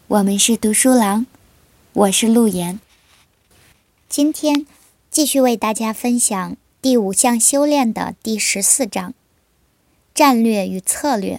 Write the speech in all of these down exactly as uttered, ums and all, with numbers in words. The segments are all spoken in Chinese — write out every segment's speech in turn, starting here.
我们是读书郎，我是陆岩。今天继续为大家分享第五项修炼的第十四章：战略与策略。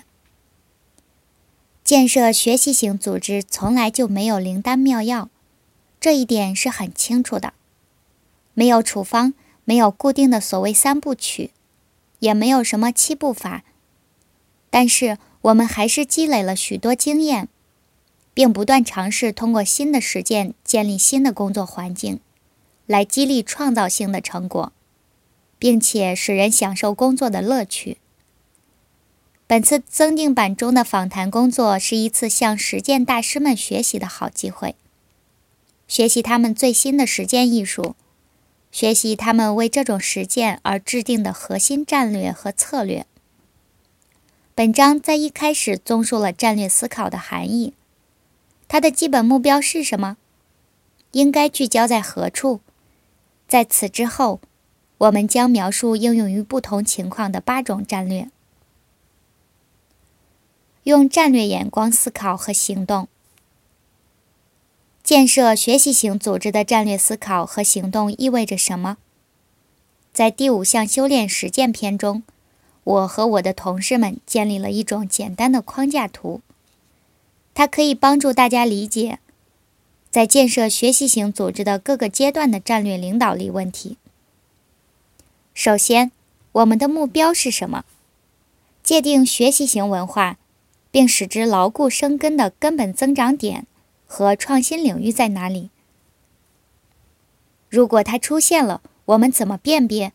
建设学习型组织从来就没有灵丹妙药，这一点是很清楚的。没有处方，没有固定的所谓三部曲，也没有什么七步法。但是我们还是积累了许多经验，并不断尝试通过新的实践建立新的工作环境，来激励创造性的成果，并且使人享受工作的乐趣。本次增订版中的访谈工作是一次向实践大师们学习的好机会，学习他们最新的实践艺术，学习他们为这种实践而制定的核心战略和策略。本章在一开始综述了战略思考的含义，它的基本目标是什么？应该聚焦在何处？在此之后，我们将描述应用于不同情况的八种战略。用战略眼光思考和行动。建设学习型组织的战略思考和行动意味着什么？在第五项修炼实践篇中，我和我的同事们建立了一种简单的框架图，它可以帮助大家理解在建设学习型组织的各个阶段的战略领导力问题。首先，我们的目标是什么？界定学习型文化，并使之牢固生根的根本增长点和创新领域在哪里？如果它出现了，我们怎么辨别？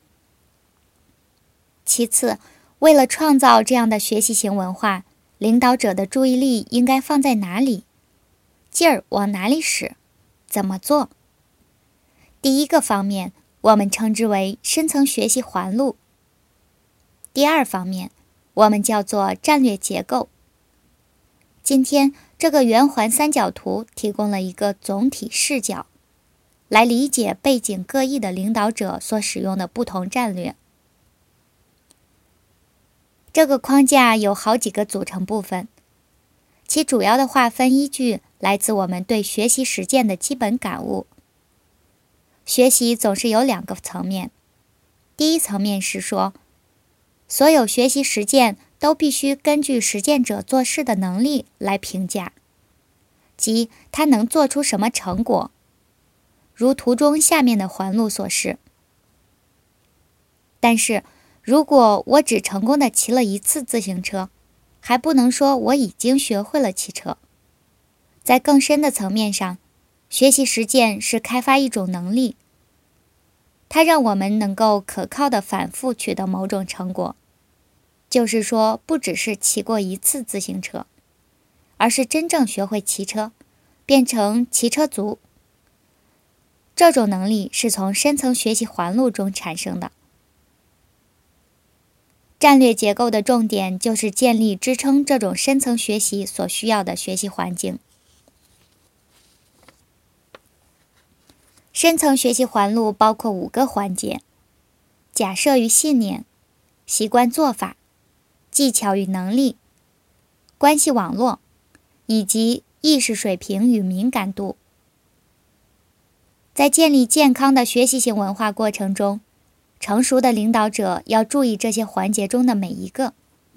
其次，为了创造这样的学习型文化，领导者的注意力应该放在哪里？劲儿往哪里使？怎么做？第一个方面，我们称之为深层学习环路。第二方面，我们叫做战略结构。今天，这个圆环三角图提供了一个总体视角，来理解背景各异的领导者所使用的不同战略。这个框架有好几个组成部分，其主要的划分依据来自我们对学习实践的基本感悟。学习总是有两个层面，第一层面是说，所有学习实践都必须根据实践者做事的能力来评价，即他能做出什么成果，如图中下面的环路所示。但是，如果我只成功地骑了一次自行车，还不能说我已经学会了骑车。在更深的层面上，学习实践是开发一种能力，它让我们能够可靠地反复取得某种成果，就是说不只是骑过一次自行车，而是真正学会骑车，变成骑车族。这种能力是从深层学习环路中产生的。战略结构的重点就是建立支撑这种深层学习所需要的学习环境。深层学习环路包括五个环节：假设与信念、习惯做法、技巧与能力、关系网络，以及意识水平与敏感度。在建立健康的学习型文化过程中，成熟的领导者要注意这些环节中的每一个。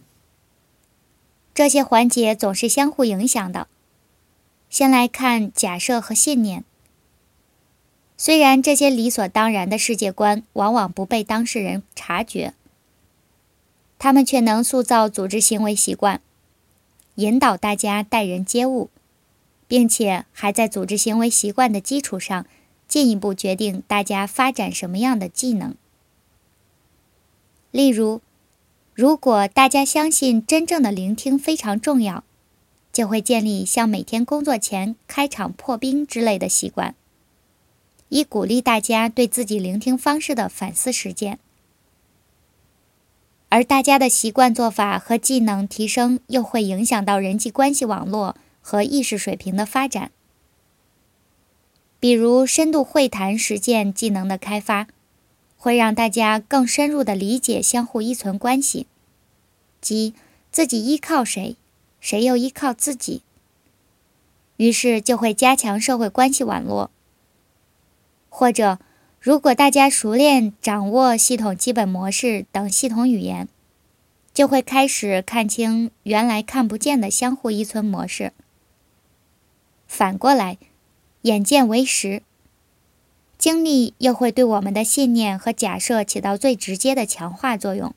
这些环节总是相互影响的。先来看假设和信念。虽然这些理所当然的世界观往往不被当事人察觉，他们却能塑造组织行为习惯，引导大家待人接物，并且还在组织行为习惯的基础上，进一步决定大家发展什么样的技能。例如，如果大家相信真正的聆听非常重要，就会建立像每天工作前开场破冰之类的习惯，以鼓励大家对自己聆听方式的反思实践。而大家的习惯做法和技能提升又会影响到人际关系网络和意识水平的发展。比如深度会谈实践技能的开发，会让大家更深入地理解相互依存关系，即自己依靠谁，谁又依靠自己。 于是就会加强社会关系网络。或者，如果大家熟练掌握系统基本模式等系统语言，就会开始看清原来看不见的相互依存模式。反过来，眼见为实，经历又会对我们的信念和假设起到最直接的强化作用。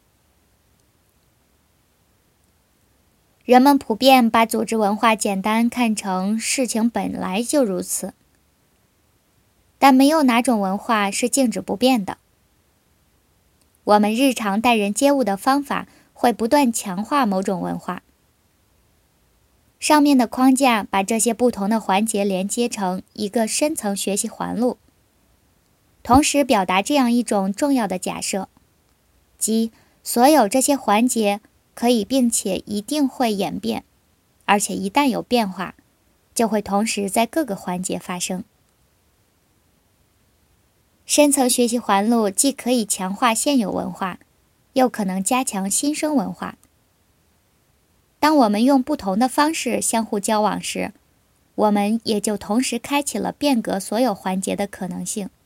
人们普遍把组织文化简单看成事情本来就如此，但没有哪种文化是静止不变的。我们日常待人接物的方法会不断强化某种文化。上面的框架把这些不同的环节连接成一个深层学习环路，同时表达这样一种重要的假设，即所有这些环节可以并且一定会演变，而且一旦有变化，就会同时在各个环节发生。深层学习环路既可以强化现有文化，又可能加强新生文化。当我们用不同的方式相互交往时，我们也就同时开启了变革所有环节的可能性。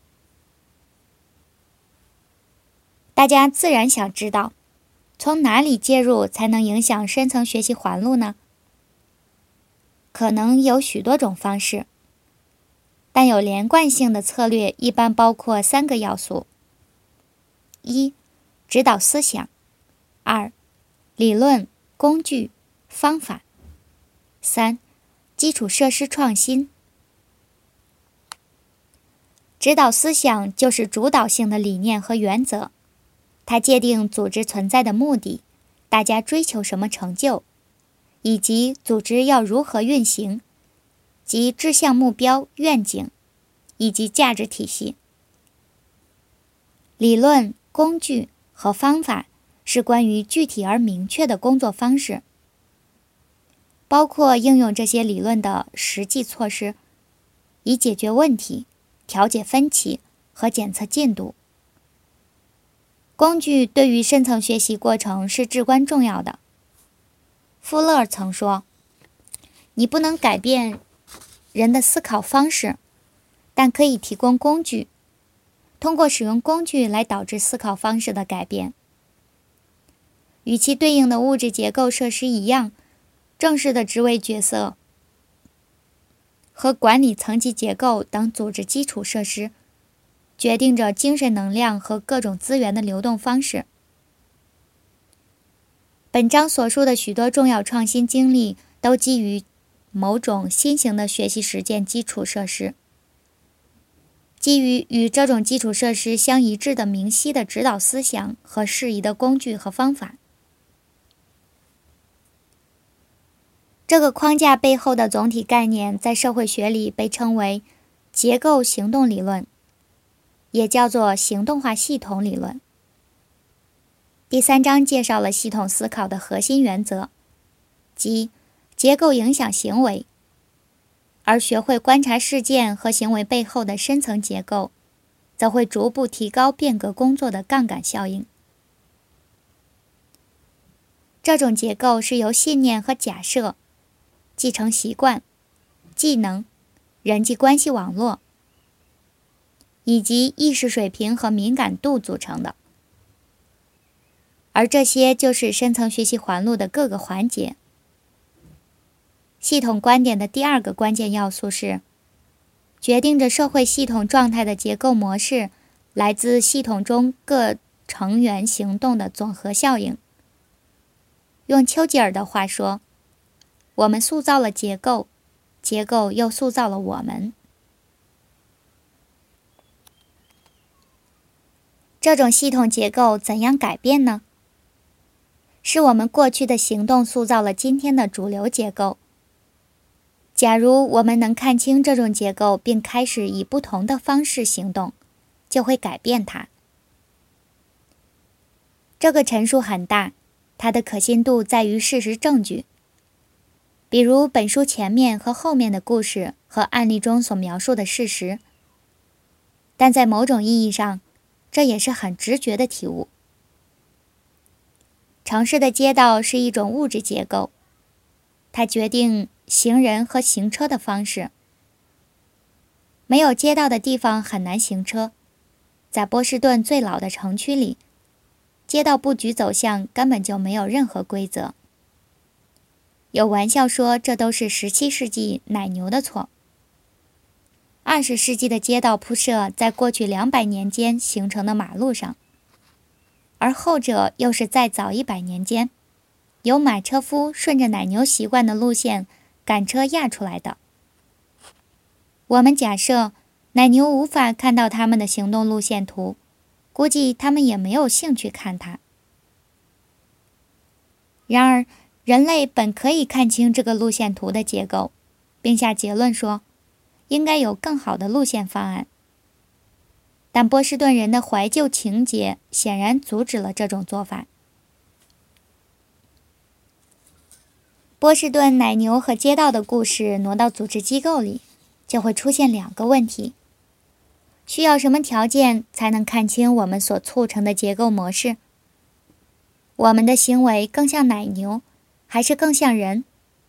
大家自然想知道，从哪里介入才能影响深层学习环路呢？可能有许多种方式，但有连贯性的策略一般包括三个要素：一、指导思想；二、理论、工具、方法；三、基础设施创新。指导思想就是主导性的理念和原则，它界定组织存在的目的，大家追求什么成就，以及组织要如何运行，即志向目标、愿景，以及价值体系。理论、工具和方法是关于具体而明确的工作方式，包括应用这些理论的实际措施，以解决问题、调解分歧和检测进度。工具对于深层学习过程是至关重要的。富勒曾说，你不能改变人的思考方式，但可以提供工具，通过使用工具来导致思考方式的改变。与其对应的物质结构设施一样，正式的职位角色和管理层级结构等组织基础设施决定着精神能量和各种资源的流动方式。本章所述的许多重要创新经历都基于某种新型的学习实践基础设施，基于与这种基础设施相一致的明晰的指导思想和适宜的工具和方法。这个框架背后的总体概念在社会学里被称为结构行动理论，也叫做行动化系统理论。第三章介绍了系统思考的核心原则，即结构影响行为，而学会观察事件和行为背后的深层结构，则会逐步提高变革工作的杠杆效应。这种结构是由信念和假设、继承习惯、技能、人际关系网络以及意识水平和敏感度组成的，而这些就是深层学习环路的各个环节。系统观点的第二个关键要素是，决定着社会系统状态的结构模式来自系统中各成员行动的总和效应。用丘吉尔的话说，我们塑造了结构，结构又塑造了我们。这种系统结构怎样改变呢？是我们过去的行动塑造了今天的主流结构。假如我们能看清这种结构，并开始以不同的方式行动，就会改变它。这个陈述很大，它的可信度在于事实证据。比如本书前面和后面的故事和案例中所描述的事实，但在某种意义上，这也是很直觉的体悟。城市的街道是一种物质结构，它决定行人和行车的方式。没有街道的地方很难行车，在波士顿最老的城区里，街道布局走向根本就没有任何规则。有玩笑说这都是十七世纪奶牛的错。二十世纪的街道铺设在过去两百年间形成的马路上，而后者又是在早一百年间，由马车夫顺着奶牛习惯的路线赶车压出来的。我们假设奶牛无法看到它们的行动路线图，估计它们也没有兴趣看它。然而，人类本可以看清这个路线图的结构，并下结论说，应该有更好的路线方案。但波士顿人的怀旧情节显然阻止了这种做法。波士顿奶牛和街道的故事挪到组织机构里，就会出现两个问题：需要什么条件才能看清我们所促成的结构模式？我们的行为更像奶牛，还是更像人？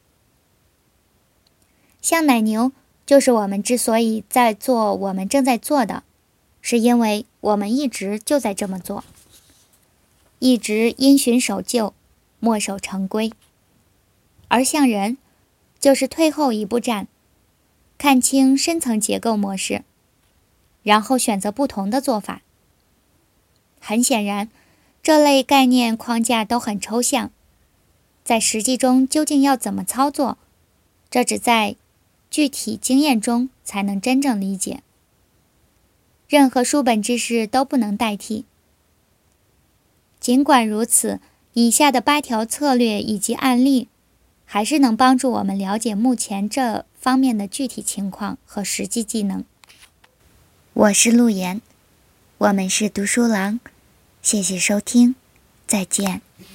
像奶牛，就是我们之所以在做我们正在做的，是因为我们一直就在这么做，一直因循守旧，墨守成规。而像人，就是退后一步站，看清深层结构模式，然后选择不同的做法。很显然，这类概念框架都很抽象，在实际中究竟要怎么操作，这只在具体经验中才能真正理解。任何书本知识都不能代替。尽管如此，以下的八条策略以及案例还是能帮助我们了解目前这方面的具体情况和实际技能。我是陆岩，我们是读书郎，谢谢收听，再见。